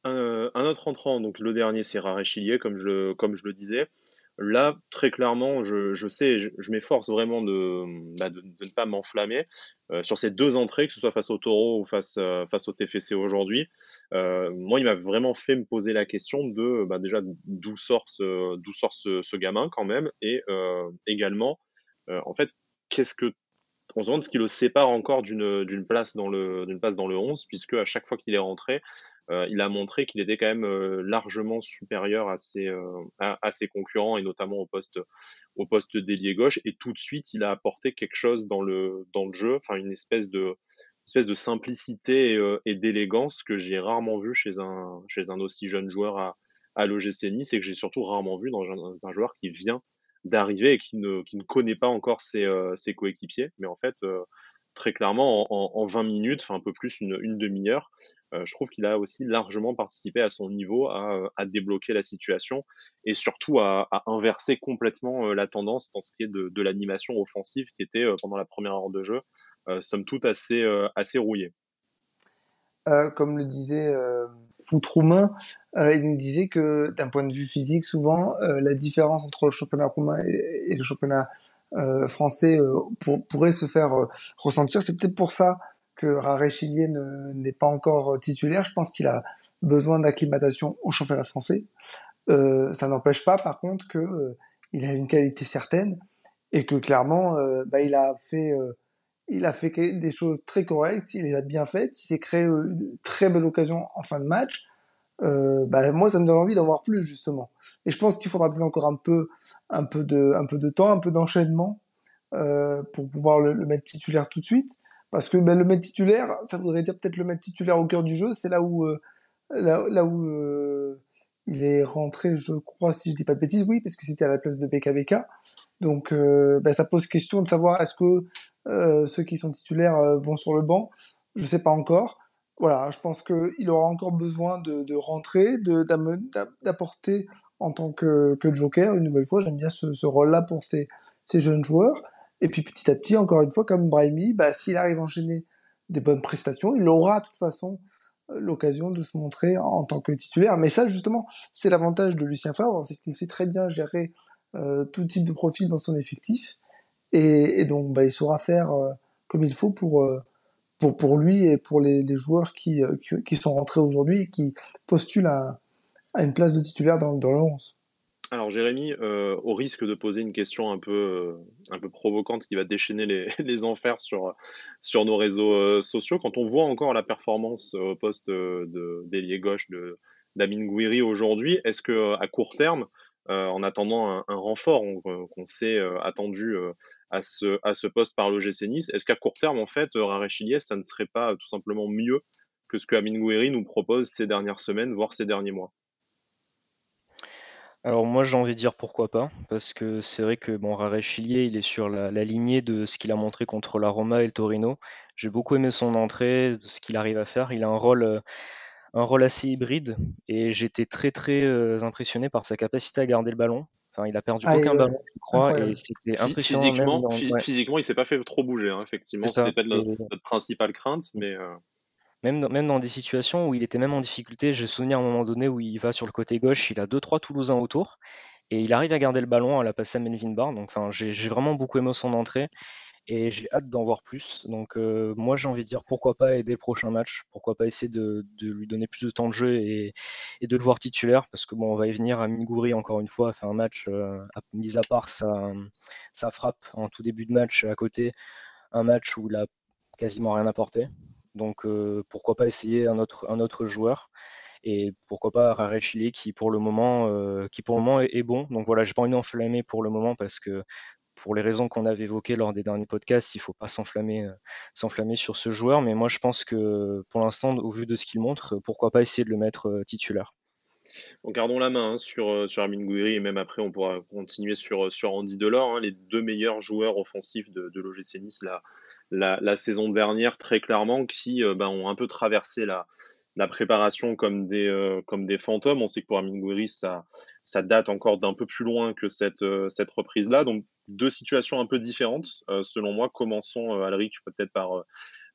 Un autre entrant, donc le dernier, c'est Raré-Chilier, comme je le disais. Là, très clairement, je sais, je m'efforce vraiment de ne pas m'enflammer sur ces deux entrées, que ce soit face au Taureau ou face au TFC aujourd'hui. Moi, il m'a vraiment fait me poser la question de déjà d'où sort ce gamin quand même, et également, en fait, qu'est-ce que on se demande ce qui le sépare encore d'une place dans le 11, puisque à chaque fois qu'il est rentré, il a montré qu'il était quand même largement supérieur à ses concurrents, et notamment au poste d'ailier gauche. Et tout de suite, il a apporté quelque chose dans le jeu, enfin espèce de simplicité et d'élégance que j'ai rarement vu chez un aussi jeune joueur à l'OGC Nice, et que j'ai surtout rarement vu dans un joueur qui vient d'arriver et qui ne connaît pas encore ses coéquipiers. Mais en fait, très clairement, en 20 minutes, enfin un peu plus, une demi-heure, je trouve qu'il a aussi largement participé à son niveau à débloquer la situation, et surtout à inverser complètement la tendance dans ce qui est de l'animation offensive qui était, pendant la première heure de jeu, somme toute assez rouillée. Comme le disait Foot Roumain, il nous disait que d'un point de vue physique, souvent, la différence entre le championnat roumain et le championnat français pourrait se faire ressentir. C'est peut-être pour ça que Raré-Chilier n'est pas encore titulaire. Je pense qu'il a besoin d'acclimatation au championnat français. Ça n'empêche pas, par contre, que il a une qualité certaine et que clairement, il a fait des choses très correctes, il les a bien faites, il s'est créé une très belle occasion en fin de match. Moi, ça me donne envie d'en voir plus, justement. Et je pense qu'il faudra peut-être encore un peu de temps, un peu d'enchaînement pour pouvoir le mettre titulaire tout de suite. Parce que le mettre titulaire, ça voudrait dire peut-être le mettre titulaire au cœur du jeu. C'est là où il est rentré, je crois, si je dis pas de bêtises, oui, parce que c'était à la place de BKBK. Donc, ça pose question de savoir est-ce que ceux qui sont titulaires vont sur le banc. Je sais pas encore. Voilà, je pense qu'il aura encore besoin de rentrer, d'apporter en tant que joker. Une nouvelle fois, j'aime bien ce rôle-là pour ces jeunes joueurs. Et puis petit à petit, encore une fois, comme Brahimi, s'il arrive à enchaîner des bonnes prestations, il aura de toute façon l'occasion de se montrer en tant que titulaire. Mais ça, justement, c'est l'avantage de Lucien Favre, c'est qu'il sait très bien gérer tout type de profil dans son effectif. Et donc, il saura faire comme il faut pour lui et pour les joueurs qui sont rentrés aujourd'hui et qui postulent à une place de titulaire dans le 11. Alors Jérémy, au risque de poser une question un peu provocante qui va déchaîner les enfers sur nos réseaux sociaux, quand on voit encore la performance au poste d'ailier gauche d'Amine Gouiri aujourd'hui, est-ce que à court terme, en attendant un renfort qu'on s'est attendu à ce poste par l'OGC Nice, est-ce qu'à court terme, en fait, Raré-Chilier, ça ne serait pas tout simplement mieux que ce que Amine Gouiri nous propose ces dernières semaines, voire ces derniers mois? Alors moi j'ai envie de dire pourquoi pas, parce que c'est vrai que bon, Chilier il est sur la lignée de ce qu'il a montré contre la Roma et le Torino. J'ai beaucoup aimé son entrée, de ce qu'il arrive à faire. Il a un rôle assez hybride et j'étais très impressionné par sa capacité à garder le ballon. Enfin, il a perdu Ah, aucun ballon, je crois, et incroyable. c'était impressionnant même ouais, Physiquement, il s'est pas fait trop bouger, hein, c'est effectivement. C'était ça. peut-être Et notre principale crainte, mais même dans des situations où il était même en difficulté, j'ai souvenir à un moment donné où il va sur le côté gauche, il a deux trois Toulousains autour. Et il arrive à garder le ballon, à la passer à Melvin Barr. Donc, enfin, j'ai vraiment beaucoup aimé son entrée et j'ai hâte d'en voir plus. Donc, moi, j'ai envie de dire pourquoi pas aider le prochain match, pourquoi pas essayer de lui donner plus de temps de jeu et de le voir titulaire, parce que bon, on va y venir à Mingouri encore une fois, a fait un match, mis à part sa frappe en tout début de match à côté, un match où il a quasiment rien apporté. Donc, pourquoi pas essayer un autre joueur et pourquoi pas Rarechili qui pour le moment est bon. Donc voilà, j'ai pas envie d'enflammer pour le moment parce que pour les raisons qu'on avait évoquées lors des derniers podcasts, il faut pas s'enflammer sur ce joueur. Mais moi, je pense que pour l'instant, au vu de ce qu'il montre, pourquoi pas essayer de le mettre titulaire. bon, gardons la main, hein, sur Amine Gouiri, et même après, on pourra continuer sur Andy Delors, hein, les deux meilleurs joueurs offensifs de l'OGC Nice la saison dernière, très clairement, qui ont un peu traversé la préparation comme des fantômes. On sait que pour Amine Gouiri, ça date encore d'un peu plus loin que cette reprise-là. Donc, deux situations un peu différentes, selon moi. Commençons, Alric, peut-être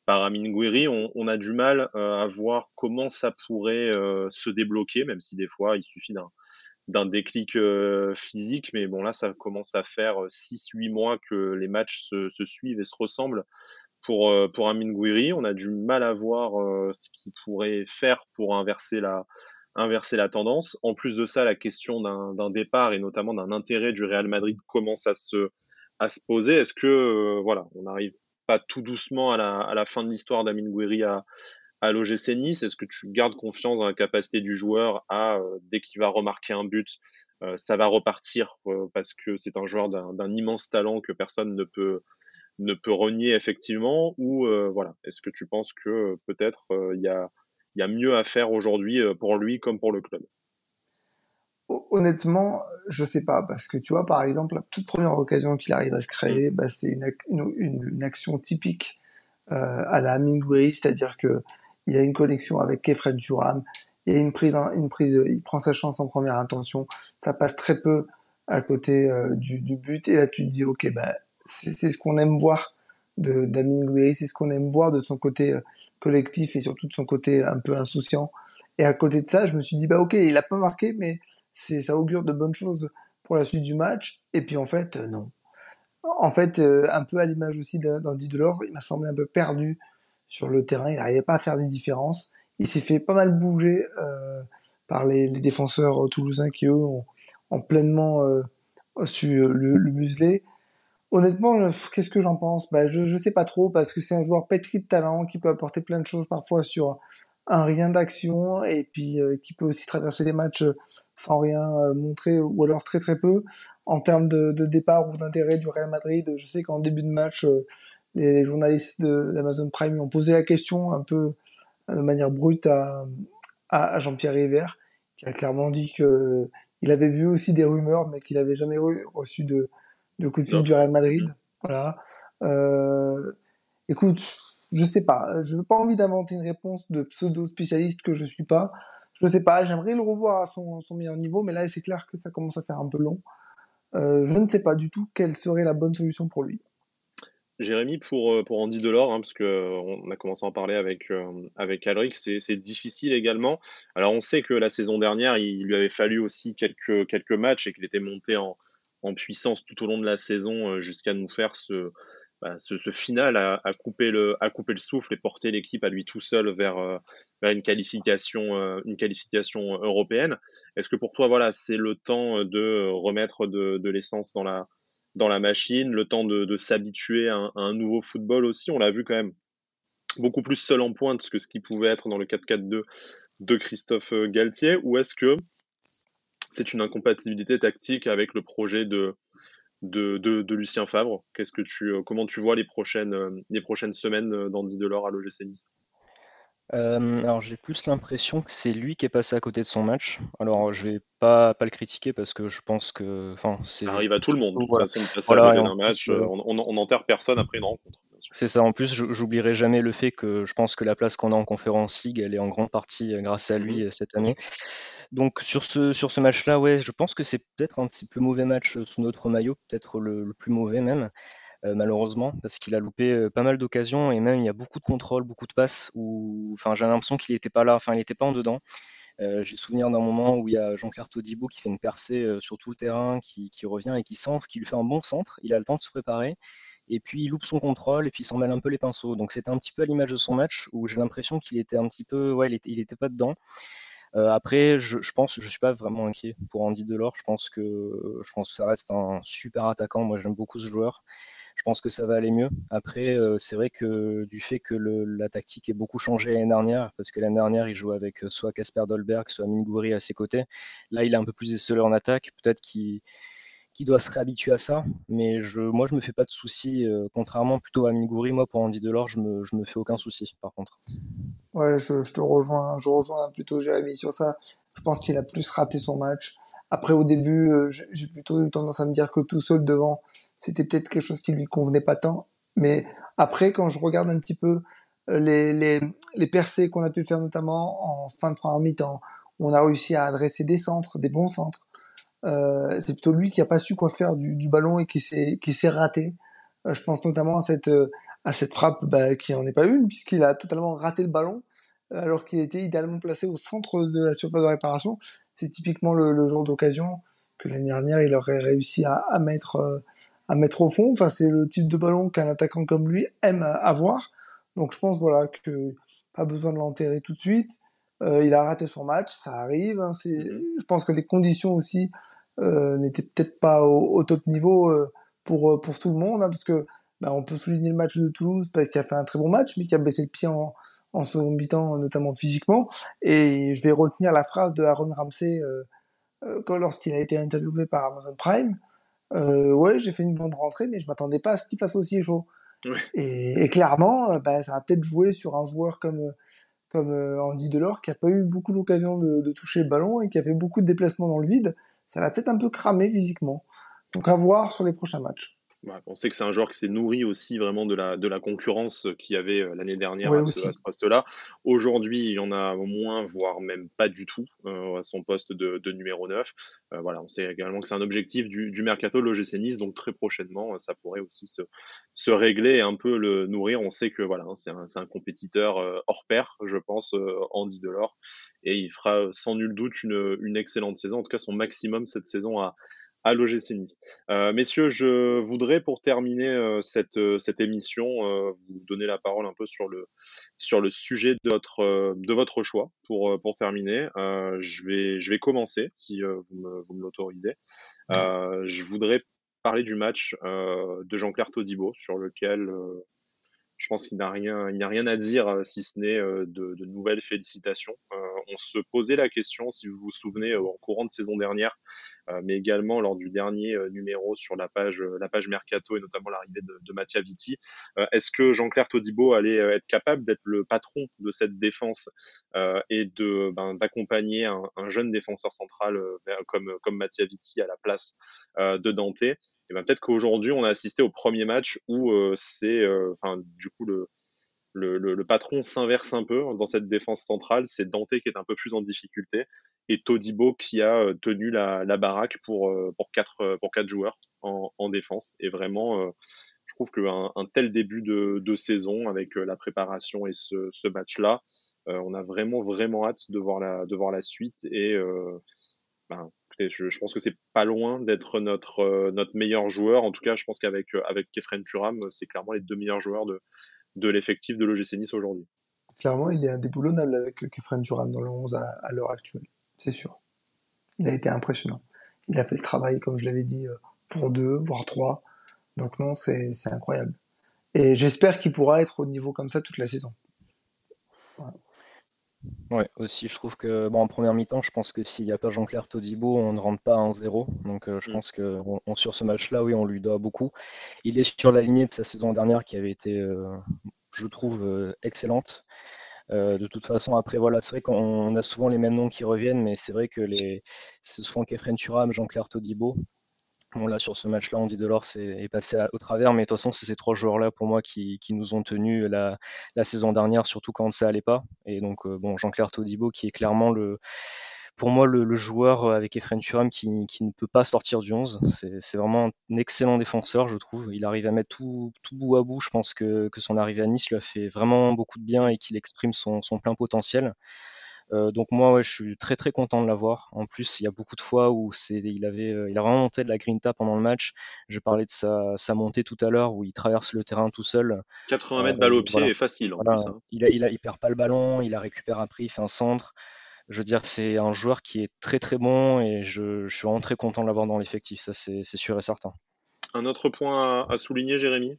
par Amine Gouiri, on a du mal à voir comment ça pourrait se débloquer, même si des fois il suffit d'un déclic physique. Mais bon, là, ça commence à faire 6-8 mois que les matchs se suivent et se ressemblent pour Amine Gouiri. On a du mal à voir ce qu'il pourrait faire pour inverser la tendance. En plus de ça, la question d'un départ et notamment d'un intérêt du Real Madrid commence à se poser. Est-ce que voilà, on n'arrive pas tout doucement à la fin de l'histoire d'Amine Gouiri à l'OGC Nice? Est-ce que tu gardes confiance dans la capacité du joueur à, dès qu'il va remarquer un but, ça va repartir parce que c'est un joueur d'un immense talent que personne ne peut renier effectivement? Ou voilà, est-ce que tu penses que peut-être il y a mieux à faire aujourd'hui pour lui comme pour le club? Honnêtement, je sais pas, parce que tu vois, par exemple, la toute première occasion qu'il arrive à se Mm. créer, bah, c'est une action typique à la Minguiri, c'est-à-dire que il y a une connexion avec Kefren Turam, il y a une prise, il prend sa chance en première intention, ça passe très peu à côté du but, et là tu te dis, ok, bah, c'est ce qu'on aime voir d'Amin Gouiri, c'est ce qu'on aime voir de son côté collectif et surtout de son côté un peu insouciant. Et à côté de ça, je me suis dit, bah ok, il a pas marqué, mais ça augure de bonnes choses pour la suite du match. Et puis en fait, non. En fait, un peu à l'image aussi d'Andy Delors, il m'a semblé un peu perdu sur le terrain. Il n'arrivait pas à faire des différences. Il s'est fait pas mal bouger par les défenseurs toulousains qui, eux, ont pleinement su le museler. Honnêtement, qu'est-ce que j'en pense? Bah, je sais pas trop parce que c'est un joueur pétri de talent qui peut apporter plein de choses parfois sur un rien d'action et puis qui peut aussi traverser les matchs sans rien montrer ou alors très très peu. En termes de départ ou d'intérêt du Real Madrid, je sais qu'en début de match, les journalistes d'Amazon Prime lui ont posé la question un peu de manière brute à Jean-Pierre River, qui a clairement dit que il avait vu aussi des rumeurs, mais qu'il avait jamais reçu de coup de fil du D'offre. Real Madrid. Mm. Voilà. Euh, Écoute, je sais pas. Je veux pas envie d'inventer une réponse de pseudo-spécialiste que je suis pas. Je sais pas. J'aimerais le revoir à son meilleur niveau, mais là, c'est clair que ça commence à faire un peu long. Je ne sais pas du tout quelle serait la bonne solution pour lui. Jérémy, pour Andy Delors, hein, parce que on a commencé à en parler avec Alric, c'est difficile également. Alors on sait que la saison dernière, il lui avait fallu aussi quelques matchs et qu'il était monté en puissance tout au long de la saison jusqu'à nous faire ce final à couper le souffle et porter l'équipe à lui tout seul vers une qualification européenne. Est-ce que pour toi, voilà, c'est le temps de remettre de l'essence dans la machine, le temps de s'habituer à un nouveau football aussi? On l'a vu quand même beaucoup plus seul en pointe que ce qui pouvait être dans le 4-4-2 de Christophe Galtier, ou est-ce que c'est une incompatibilité tactique avec le projet de Lucien Favre? Comment tu vois les prochaines semaines d'Andy Delors à l'OGC Nice? Alors j'ai plus l'impression que c'est lui qui est passé à côté de son match. Alors je vais pas le critiquer parce que je pense que, enfin Ça c'est arrive à tout le monde, de surtout toute voilà, façon, de passer à voilà et côté en d'un plus match. On n'enterre personne après une rencontre, bien sûr. c'est ça. En plus, j'oublierai jamais le fait que je pense que la place qu'on a en Conference League, elle est en grande partie grâce à Mhm, lui cette bien année. sûr. Donc sur ce match-là, ouais, je pense que c'est peut-être un petit peu mauvais match sous notre maillot, peut-être le plus mauvais même. Malheureusement, parce qu'il a loupé pas mal d'occasions et même il y a beaucoup de contrôles, beaucoup de passes où, enfin, j'ai l'impression qu'il n'était pas là, enfin, il n'était pas en dedans. J'ai souvenir d'un moment où il y a Jean-Claire Todibo qui fait une percée sur tout le terrain, qui revient et qui centre, qui lui fait un bon centre. Il a le temps de se préparer et puis il loupe son contrôle et puis il s'en mêle un peu les pinceaux. Donc c'était un petit peu à l'image de son match où j'ai l'impression qu'il était un petit peu, ouais, il était pas dedans. Après, je pense, je suis pas vraiment inquiet pour Andy Delors. Je pense que ça reste un super attaquant. Moi, j'aime beaucoup ce joueur. Je pense que ça va aller mieux. Après, c'est vrai que du fait que la tactique ait beaucoup changé l'année dernière, parce que l'année dernière, il jouait avec soit Casper Dolberg, soit Mingouri à ses côtés. Là, il est un peu plus esselé en attaque. Peut-être qu'il doit se réhabituer à ça. Mais moi, je me fais pas de soucis. Contrairement plutôt à Mingouri, moi, pour Andy Delors, je me fais aucun souci, par contre. Ouais, je rejoins plutôt Jérémy sur ça. Je pense qu'il a plus raté son match. Après, au début, j'ai plutôt eu tendance à me dire que tout seul devant, c'était peut-être quelque chose qui lui convenait pas tant. Mais après, quand je regarde un petit peu les percées qu'on a pu faire, notamment en fin de première mi-temps, où on a réussi à adresser des centres, des bons centres. C'est plutôt lui qui a pas su quoi faire du ballon et qui s'est raté. Je pense notamment à cette frappe qui n'en est pas une, puisqu'il a totalement raté le ballon, alors qu'il était idéalement placé au centre de la surface de réparation. C'est typiquement le genre d'occasion que l'année dernière, il aurait réussi à mettre au fond. Enfin, c'est le type de ballon qu'un attaquant comme lui aime avoir. Donc je pense voilà que pas besoin de l'enterrer tout de suite. Il a raté son match, ça arrive. Hein, je pense que les conditions aussi n'étaient peut-être pas au top niveau pour tout le monde, hein, parce que on peut souligner le match de Toulouse parce qu'il a fait un très bon match, mais qui a baissé le pied en second mi-temps, notamment physiquement. Et je vais retenir la phrase de Aaron Ramsey lorsqu'il a été interviewé par Amazon Prime. Ouais, j'ai fait une bonne rentrée, mais je m'attendais pas à ce qu'il fasse aussi chaud. Ouais. Et clairement, ça va peut-être jouer sur un joueur comme Andy Delors, qui a pas eu beaucoup l'occasion de toucher le ballon et qui a fait beaucoup de déplacements dans le vide. Ça l'a peut-être un peu cramé physiquement. Donc à voir sur les prochains matchs. On sait que c'est un joueur qui s'est nourri aussi vraiment de la concurrence qu'il y avait l'année dernière Ouais, à aussi. ce poste-là. Aujourd'hui, il y en a moins, voire même pas du tout à son poste de numéro 9. Voilà, on sait également que c'est un objectif du mercato de l'OGC Nice, donc très prochainement, ça pourrait aussi se régler et un peu le nourrir. On sait que voilà, hein, c'est un compétiteur hors pair, je pense, Andy Delors, et il fera sans nul doute une excellente saison, en tout cas son maximum cette saison à l'OGC Nice. Messieurs, je voudrais pour terminer cette émission vous donner la parole un peu sur le sujet de votre choix pour terminer. Je vais commencer si vous me l'autorisez. Ouais. Je voudrais parler du match de Jean-Claire Todibo sur lequel je pense il n'y a rien à dire si ce n'est de nouvelles félicitations. On se posait la question, si vous vous souvenez, en courant de saison dernière, mais également lors du dernier numéro sur la page Mercato et notamment l'arrivée de Mattia Vitti. Est-ce que Jean-Claire Todibo allait être capable d'être le patron de cette défense et d'accompagner un jeune défenseur central comme Mattia Vitti à la place de Dante? Et ben peut-être qu'aujourd'hui, on a assisté au premier match où du coup, le patron s'inverse un peu dans cette défense centrale. C'est Dante qui est un peu plus en difficulté et Todibo qui a tenu la baraque pour quatre joueurs en défense. Et vraiment, je trouve qu'un tel début de saison avec la préparation et ce match-là, on a vraiment, vraiment hâte de voir la suite. Et écoutez, je pense que c'est pas loin d'être notre meilleur joueur. En tout cas, je pense avec Kefren Turam, c'est clairement les deux meilleurs joueurs de l'effectif de l'OGC Nice aujourd'hui. Clairement, il est indéboulonnable avec Kefren Turan dans le 11 à l'heure actuelle. C'est sûr. Il a été impressionnant. Il a fait le travail, comme je l'avais dit, pour deux, voire trois. Donc non, c'est incroyable. Et j'espère qu'il pourra être au niveau comme ça toute la saison. Voilà. Ouais, aussi, je trouve que bon, en première mi-temps, je pense que s'il n'y a pas Jean-Claire Todibo, on ne rentre pas à 1-0. Donc je Mm. pense que sur ce match-là, oui, on lui doit beaucoup. Il est sur la lignée de sa saison dernière qui avait été, je trouve, excellente. De toute façon, après, voilà, c'est vrai qu'on a souvent les mêmes noms qui reviennent, mais c'est vrai que c'est souvent Kefren Turam, Jean-Claire Todibo. Bon, là, sur ce match-là, Andy Delors est passé au travers, mais de toute façon, c'est ces trois joueurs-là, pour moi, qui nous ont tenus la saison dernière, surtout quand ça allait pas. Et donc, bon, Jean-Claire Todibo, qui est clairement pour moi, le joueur avec Efren Turam qui ne peut pas sortir du 11. C'est vraiment un excellent défenseur, je trouve. Il arrive à mettre tout bout à bout. Je pense que son arrivée à Nice lui a fait vraiment beaucoup de bien et qu'il exprime son plein potentiel. Donc moi, ouais, je suis très très content de l'avoir. En plus, il y a beaucoup de fois où il a vraiment monté de la grinta pendant le match. Je parlais de sa montée tout à l'heure où il traverse le terrain tout seul. 80 mètres balle au pied Voilà, est facile en voilà. plus, hein. Il perd pas le ballon, il la récupère après, il fait un centre. Je veux dire, c'est un joueur qui est très très bon et je suis vraiment très content de l'avoir dans l'effectif. Ça, c'est sûr et certain. Un autre point à souligner, Jérémy,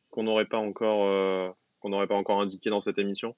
qu'on n'aurait pas encore indiqué dans cette émission.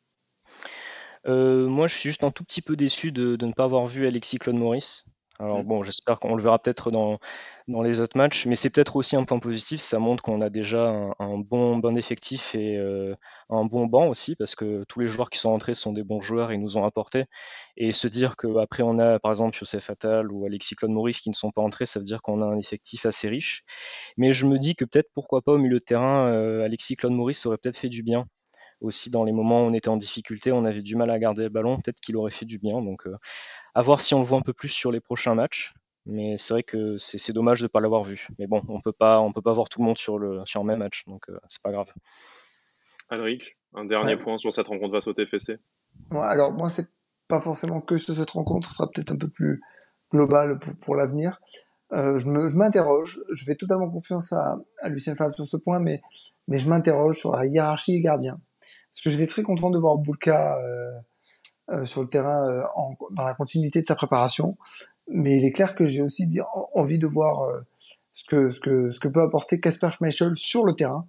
Moi, je suis juste un tout petit peu déçu de ne pas avoir vu Alexis Claude Maurice. Alors Mm. bon, j'espère qu'on le verra peut-être dans les autres matchs, mais c'est peut-être aussi un point positif. Ça montre qu'on a déjà un bon effectif et un bon banc aussi, parce que tous les joueurs qui sont entrés sont des bons joueurs et nous ont apporté. Et se dire qu'après on a par exemple Youssef Attal ou Alexis Claude Maurice qui ne sont pas entrés, ça veut dire qu'on a un effectif assez riche. Mais je me dis que peut-être pourquoi pas au milieu de terrain, Alexis Claude Maurice aurait peut-être fait du bien aussi dans les moments où on était en difficulté, on avait du mal à garder le ballon, peut-être qu'il aurait fait du bien. Donc à voir si on le voit un peu plus sur les prochains matchs. Mais c'est vrai que c'est dommage de ne pas l'avoir vu. Mais bon, on peut pas voir tout le monde sur le même match, donc c'est pas grave. Alric, un dernier Ouais. point sur cette rencontre face au TFC. Ouais, alors moi, c'est pas forcément que sur cette rencontre, ça sera peut-être un peu plus global pour l'avenir. Je m'interroge, je fais totalement confiance à Lucien Favre sur ce point, mais je m'interroge sur la hiérarchie des gardiens. Parce que j'étais très content de voir Boulka sur le terrain dans la continuité de sa préparation, mais il est clair que j'ai aussi envie de voir ce que peut apporter Kasper Schmeichel sur le terrain.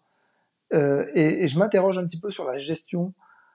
Et je m'interroge un petit peu sur la gestion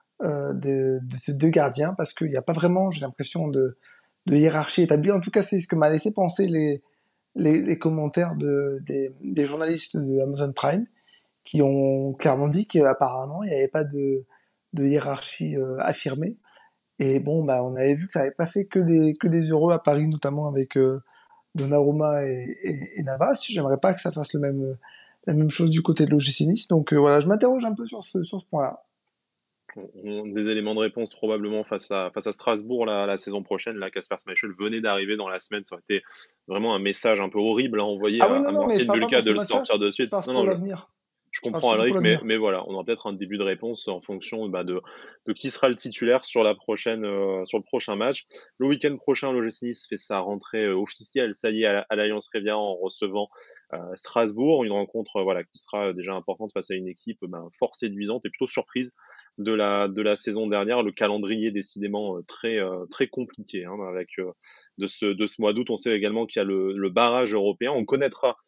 de ces deux gardiens, parce qu'il n'y a pas vraiment, j'ai l'impression, de hiérarchie établie. En tout cas, c'est ce que m'a laissé penser les commentaires des journalistes de Amazon Prime, qui ont clairement dit qu'apparemment, il n'y avait pas de hiérarchie affirmée. Et bon, bah, on avait vu que ça n'avait pas fait que des heureux à Paris, notamment avec Donnarumma et Navas. J'aimerais pas que ça fasse la même chose du côté de l'OGC Nice. Donc voilà, je m'interroge un peu sur ce point-là. Des éléments de réponse probablement face à Strasbourg la saison prochaine. Là, Kasper Schmeichel venait d'arriver dans la semaine. Ça aurait été vraiment un message un peu horrible à envoyer Ah oui, à non, non, mais je Marcin parle pas Bulka pour de ce le match-là, sortir de je suite. parle Non, pour non, l'avenir. je Je parle comprends surtout pour Alric, mais, l'avenir. mais voilà, on aura peut-être un début de réponse en fonction de qui sera le titulaire sur sur le prochain match. Le week-end prochain, l'OGC Nice fait sa rentrée officielle, ça y est, à l'Alliance Riviera en recevant Strasbourg, une rencontre voilà qui sera déjà importante face à une équipe fort séduisante et plutôt surprise de la saison dernière. Le calendrier décidément très compliqué avec de ce mois d'août. On sait également qu'il y a le barrage européen. On connaîtra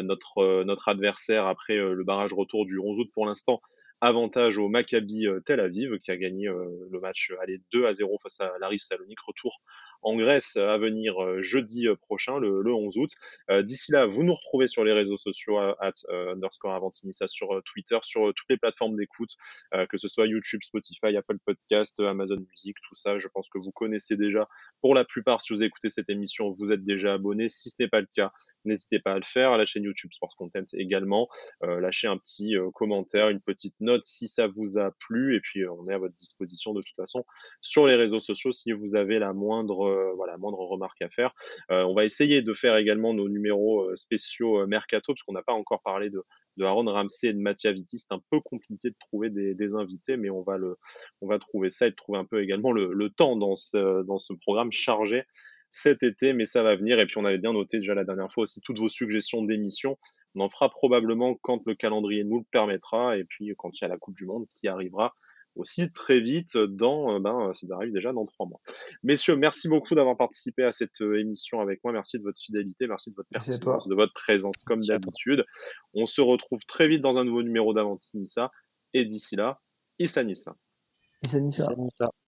notre adversaire après le barrage retour du 11 août. Pour l'instant, avantage au Maccabi Tel Aviv qui a gagné le match aller 2-0 face à l'Arif Salonique. Retour en Grèce à venir jeudi prochain, le 11 août. D'ici là, vous nous retrouvez sur les réseaux sociaux @_Avantinissa sur Twitter, sur toutes les plateformes d'écoute, que ce soit YouTube, Spotify, Apple Podcast, Amazon Music, tout ça. Je pense que vous connaissez déjà. Pour la plupart, si vous écoutez cette émission, vous êtes déjà abonné. Si ce n'est pas le cas, n'hésitez pas à le faire, à la chaîne YouTube Sports Content également. Lâchez un petit commentaire, une petite note si ça vous a plu. Et puis, on est à votre disposition de toute façon sur les réseaux sociaux si vous avez la moindre remarque à faire. On va essayer de faire également nos numéros spéciaux Mercato, parce qu'on n'a pas encore parlé de Aaron Ramsey et de Mattia Vitti. C'est un peu compliqué de trouver des invités, mais on va trouver ça et de trouver un peu également le temps dans ce programme chargé cet été, mais ça va venir. Et puis on avait bien noté déjà la dernière fois aussi toutes vos suggestions d'émissions. On en fera probablement quand le calendrier nous le permettra, et puis quand il y a la Coupe du Monde qui arrivera aussi très vite ça arrive déjà dans 3 mois. Messieurs, merci beaucoup d'avoir participé à cette émission avec moi. Merci de votre fidélité, merci de votre Merci à pertinence, toi. de votre présence comme Merci à toi. d'habitude. On se retrouve très vite dans un nouveau numéro d'Avanti Nissa. Et d'ici là, Issa Nissa. Et ça dit Issa ça. Nissa.